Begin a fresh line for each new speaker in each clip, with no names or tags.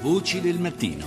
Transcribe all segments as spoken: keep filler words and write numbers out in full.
Voci del mattino.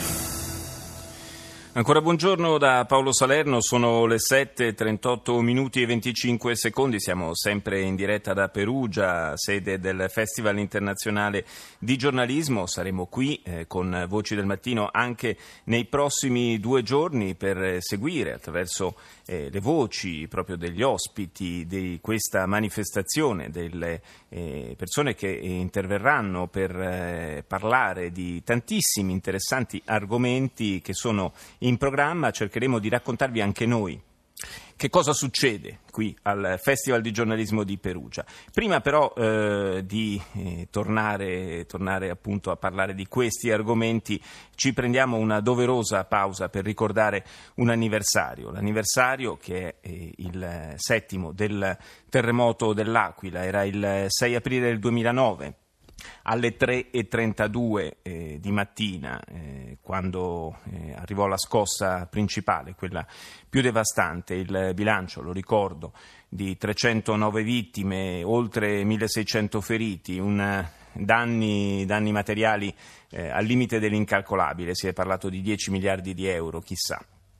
Ancora buongiorno da Paolo Salerno, sono le sette e trentotto minuti e venticinque secondi, siamo sempre in diretta da Perugia, sede del Festival Internazionale di Giornalismo. Saremo qui eh, con Voci del Mattino anche nei prossimi due giorni per seguire attraverso eh, le voci proprio degli ospiti di questa manifestazione, delle eh, persone che interverranno per eh, parlare di tantissimi interessanti argomenti che sono in programma. Cercheremo di raccontarvi anche noi che cosa succede qui al Festival di Giornalismo di Perugia. Prima però eh, di eh, tornare, tornare appunto a parlare di questi argomenti, ci prendiamo una doverosa pausa per ricordare un anniversario, l'anniversario che è eh, il settimo del terremoto dell'Aquila. Era il sei aprile del duemilanove. Alle tre e trentadue eh, di mattina, eh, quando eh, arrivò la scossa principale, quella più devastante, il bilancio, lo ricordo, di trecentonove vittime, oltre milleseicento feriti, un, danni, danni materiali eh, al limite dell'incalcolabile, si è parlato di dieci miliardi di euro, chissà.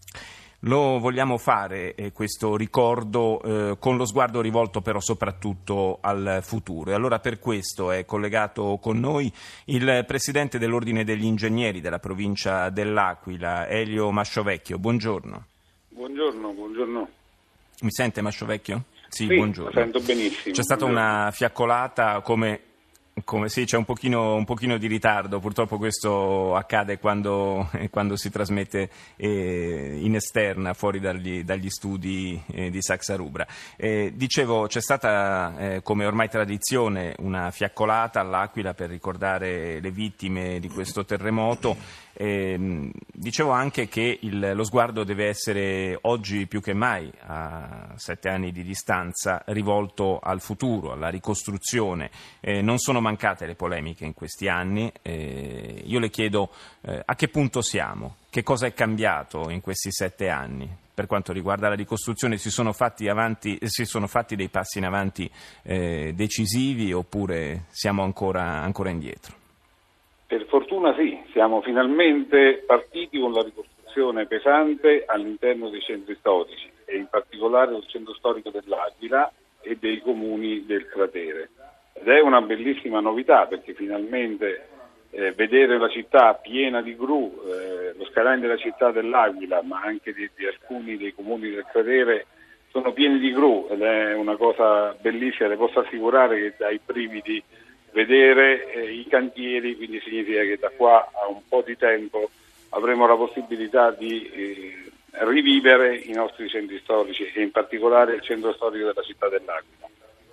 Lo vogliamo fare, eh, questo ricordo, eh, con lo sguardo rivolto però soprattutto al futuro. E allora per questo è collegato con noi il presidente dell'Ordine degli Ingegneri della provincia dell'Aquila, Elio Masciovecchio. Buongiorno.
Buongiorno, buongiorno.
Mi sente Masciovecchio? Sì,
sì,
buongiorno.
Lo sento benissimo.
C'è stata
buongiorno.
una fiaccolata come... Come sì, c'è un pochino, un pochino di ritardo, purtroppo questo accade quando, quando si trasmette eh, in esterna, fuori dagli, dagli studi eh, di Saxa Rubra. Eh, dicevo, c'è stata eh, come ormai tradizione una fiaccolata all'Aquila per ricordare le vittime di questo terremoto. Eh, dicevo anche che il, lo sguardo deve essere oggi più che mai, a sette anni di distanza, rivolto al futuro, alla ricostruzione. Eh, non sono mancate le polemiche in questi anni. Eh, io le chiedo eh, a che punto siamo, che cosa è cambiato in questi sette anni per quanto riguarda la ricostruzione. Si sono fatti avanti, si sono fatti dei passi in avanti eh, decisivi oppure siamo ancora, ancora indietro?
Per fortuna sì, siamo finalmente partiti con la ricostruzione pesante all'interno dei centri storici e in particolare del centro storico dell'Aquila e dei comuni del cratere. Ed è una bellissima novità perché finalmente eh, vedere la città piena di gru, eh, lo skyline della città dell'Aquila, ma anche di, di alcuni dei comuni del cratere sono pieni di gru ed è una cosa bellissima. Le posso assicurare che dai brividi vedere eh, i cantieri, quindi significa che da qua a un po' di tempo avremo la possibilità di eh, rivivere i nostri centri storici e in particolare il centro storico della città dell'Aquila.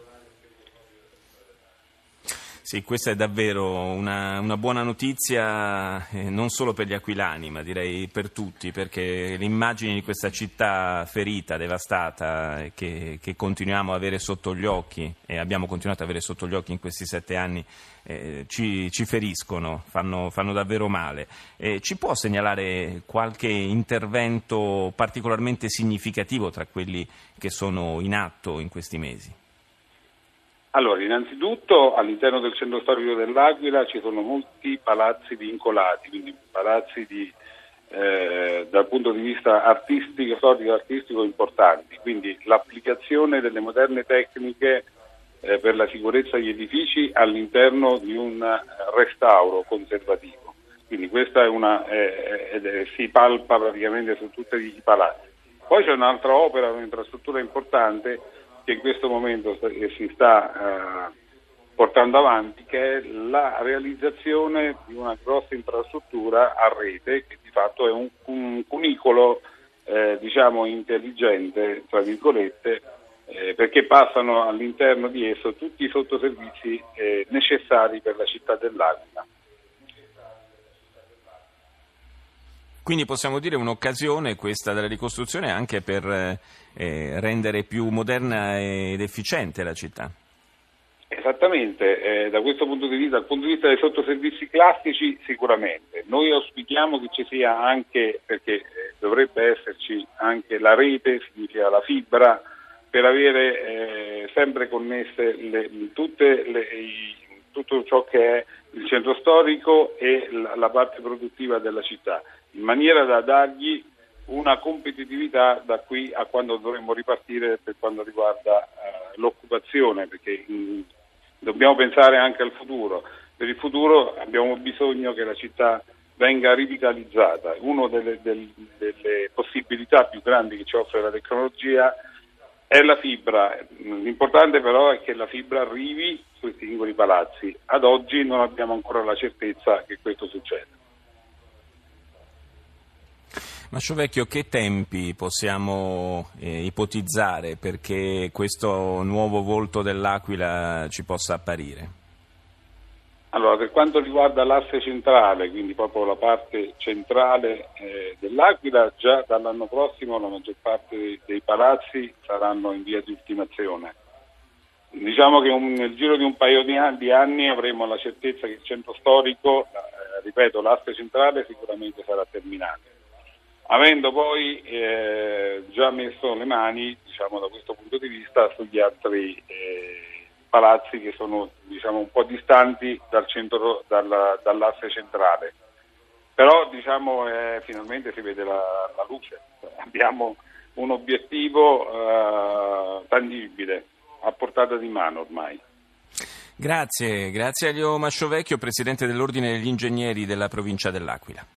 Sì, questa è davvero una, una buona notizia eh, non solo per gli aquilani, ma direi per tutti, perché le immagini di questa città ferita, devastata, eh, che, che continuiamo a avere sotto gli occhi e abbiamo continuato a avere sotto gli occhi in questi sette anni eh, ci, ci feriscono, fanno, fanno davvero male. Eh, ci può segnalare qualche intervento particolarmente significativo tra quelli che sono in atto in questi mesi?
Allora, innanzitutto all'interno del centro storico dell'Aquila ci sono molti palazzi vincolati, quindi palazzi di, eh, dal punto di vista artistico, storico e artistico importanti, quindi l'applicazione delle moderne tecniche eh, per la sicurezza degli edifici all'interno di un restauro conservativo. Quindi questa è una, eh, eh, si palpa praticamente su tutti i palazzi. Poi c'è un'altra opera, un'infrastruttura importante che in questo momento si sta eh, portando avanti, che è la realizzazione di una grossa infrastruttura a rete che di fatto è un, un cunicolo eh, diciamo intelligente, tra virgolette, eh, perché passano all'interno di esso tutti i sottoservizi eh, necessari per la città dell'Aquila.
Quindi possiamo dire un'occasione questa della ricostruzione anche per eh, rendere più moderna ed efficiente la città.
Esattamente, eh, da questo punto di vista, dal punto di vista dei sottoservizi classici sicuramente. Noi auspichiamo che ci sia anche, perché eh, dovrebbe esserci anche la rete, significa la fibra, per avere eh, sempre connesse le, tutte le, i, tutto ciò che è il centro storico e la, la parte produttiva della città, in maniera da dargli una competitività da qui a quando dovremmo ripartire per quanto riguarda uh, l'occupazione, perché mh, dobbiamo pensare anche al futuro. Per il futuro abbiamo bisogno che la città venga rivitalizzata. Una delle, del, delle possibilità più grandi che ci offre la tecnologia è la fibra. L'importante però è che la fibra arrivi sui singoli palazzi. Ad oggi non abbiamo ancora la certezza che questo succeda.
Masciovecchio, che tempi possiamo eh, ipotizzare perché questo nuovo volto dell'Aquila ci possa apparire?
Allora, per quanto riguarda l'asse centrale, quindi proprio la parte centrale eh, dell'Aquila, già dall'anno prossimo la maggior parte dei, dei palazzi saranno in via di ultimazione. Diciamo che un, nel giro di un paio di anni, di anni avremo la certezza che il centro storico, eh, ripeto, l'asse centrale sicuramente sarà terminato. Avendo poi eh, già messo le mani, diciamo da questo punto di vista, sugli altri eh, palazzi che sono, diciamo, un po' distanti dal centro, dalla, dall'asse centrale. Però, diciamo, eh, finalmente si vede la, la luce. Abbiamo un obiettivo eh, tangibile, a portata di mano ormai.
Grazie, grazie a Elio Masciovecchio, presidente dell'Ordine degli Ingegneri della provincia dell'Aquila.